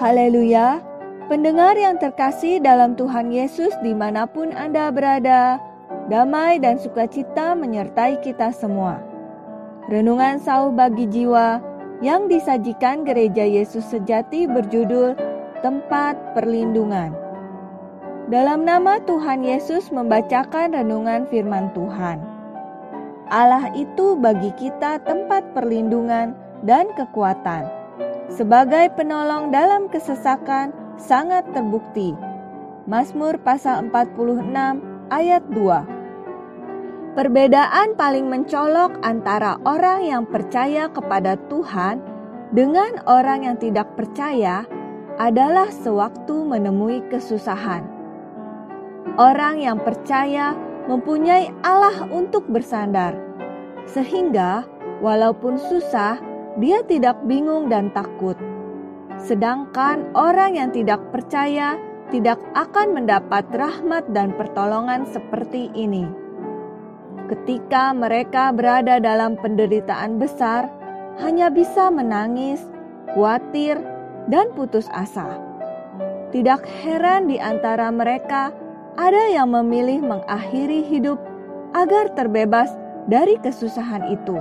Haleluya! Pendengar yang terkasih dalam Tuhan Yesus dimanapun Anda berada, damai dan sukacita menyertai kita semua. Renungan Sauh bagi jiwa yang disajikan Gereja Yesus Sejati berjudul Tempat Perlindungan. Dalam nama Tuhan Yesus membacakan renungan firman Tuhan. Allah itu bagi kita tempat perlindungan dan kekuatan. Sebagai penolong dalam kesesakan sangat terbukti. Mazmur pasal 46 ayat 2. Perbedaan paling mencolok antara orang yang percaya kepada Tuhan dengan orang yang tidak percaya adalah sewaktu menemui kesusahan. Orang yang percaya mempunyai Allah untuk bersandar, sehingga walaupun susah, dia tidak bingung dan takut. Sedangkan orang yang tidak percaya tidak akan mendapat rahmat dan pertolongan seperti ini. Ketika mereka berada dalam penderitaan besar, hanya bisa menangis, khawatir, dan putus asa. Tidak heran di antara mereka ada yang memilih mengakhiri hidup agar terbebas dari kesusahan itu.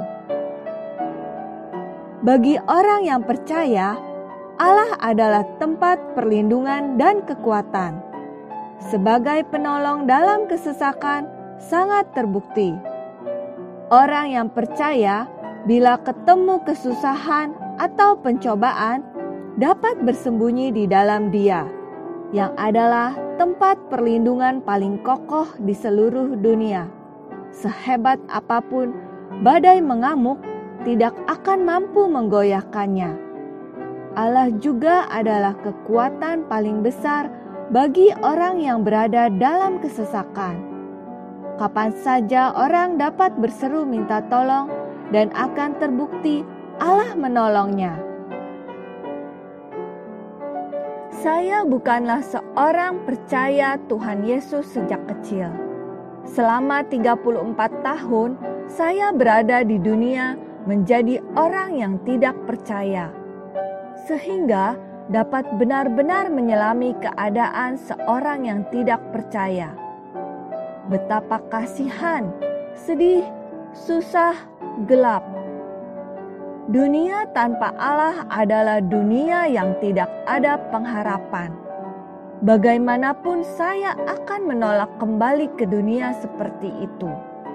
Bagi orang yang percaya, Allah adalah tempat perlindungan dan kekuatan. Sebagai penolong dalam kesesakan sangat terbukti. Orang yang percaya bila ketemu kesusahan atau pencobaan dapat bersembunyi di dalam Dia, yang adalah tempat perlindungan paling kokoh di seluruh dunia. Sehebat apapun badai mengamuk, tidak akan mampu menggoyahkannya. Allah juga adalah kekuatan paling besar bagi orang yang berada dalam kesesakan. Kapan saja orang dapat berseru minta tolong dan akan terbukti Allah menolongnya. Saya bukanlah seorang percaya Tuhan Yesus sejak kecil. Selama 34 tahun saya berada di dunia menjadi orang yang tidak percaya, sehingga dapat benar-benar menyelami keadaan seorang yang tidak percaya. Betapa kasihan, sedih, susah, gelap. Dunia tanpa Allah adalah dunia yang tidak ada pengharapan. Bagaimanapun saya akan menolak kembali ke dunia seperti itu.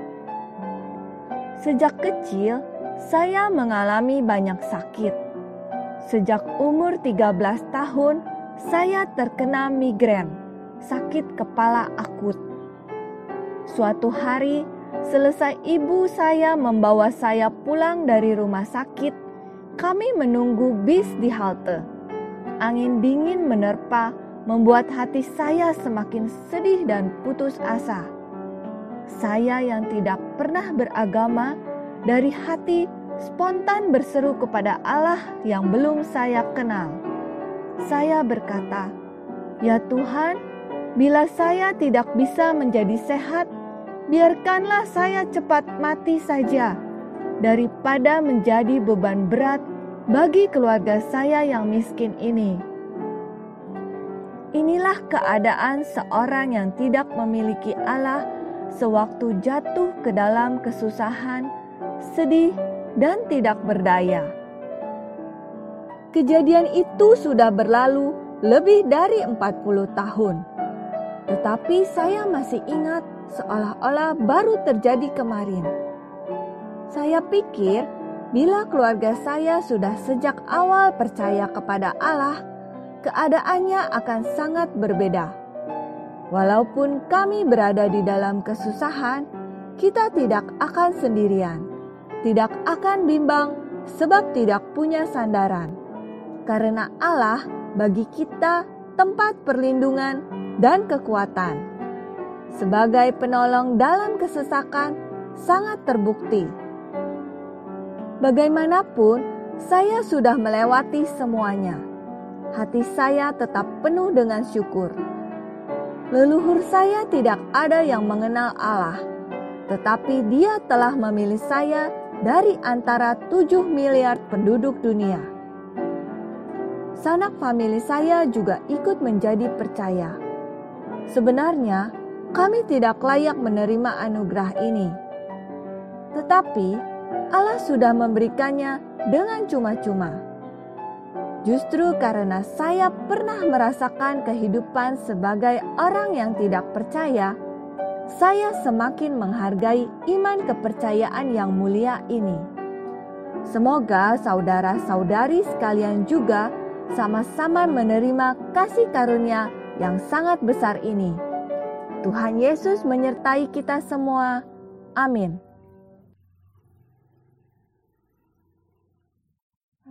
Sejak kecil, saya mengalami banyak sakit. Sejak umur 13 tahun, saya terkena migrain, sakit kepala akut. Suatu hari, selesai ibu saya membawa saya pulang dari rumah sakit, kami menunggu bis di halte. Angin dingin menerpa, membuat hati saya semakin sedih dan putus asa. Saya yang tidak pernah beragama, dari hati spontan berseru kepada Allah yang belum saya kenal. Saya berkata, "Ya Tuhan, bila saya tidak bisa menjadi sehat, biarkanlah saya cepat mati saja, daripada menjadi beban berat bagi keluarga saya yang miskin ini." Inilah keadaan seorang yang tidak memiliki Allah sewaktu jatuh ke dalam kesusahan, sedih, dan tidak berdaya. Kejadian itu sudah berlalu lebih dari 40 tahun. Tetapi saya masih ingat seolah-olah baru terjadi kemarin. Saya pikir bila keluarga saya sudah sejak awal percaya kepada Allah, keadaannya akan sangat berbeda. Walaupun kami berada di dalam kesusahan, kita tidak akan sendirian. Tidak akan bimbang sebab tidak punya sandaran. Karena Allah bagi kita tempat perlindungan dan kekuatan. Sebagai penolong dalam kesesakan sangat terbukti. Bagaimanapun saya sudah melewati semuanya. Hati saya tetap penuh dengan syukur. Leluhur saya tidak ada yang mengenal Allah, tetapi Dia telah memilih saya dari antara 7 miliar penduduk dunia. sanak famili saya juga ikut menjadi percaya. Sebenarnya, kami tidak layak menerima anugerah ini. Tetapi, Allah sudah memberikannya dengan cuma-cuma. Justru karena saya pernah merasakan kehidupan sebagai orang yang tidak percaya, saya semakin menghargai iman kepercayaan yang mulia ini. Semoga saudara-saudari sekalian juga sama-sama menerima kasih karunia yang sangat besar ini. Tuhan Yesus menyertai kita semua. Amin.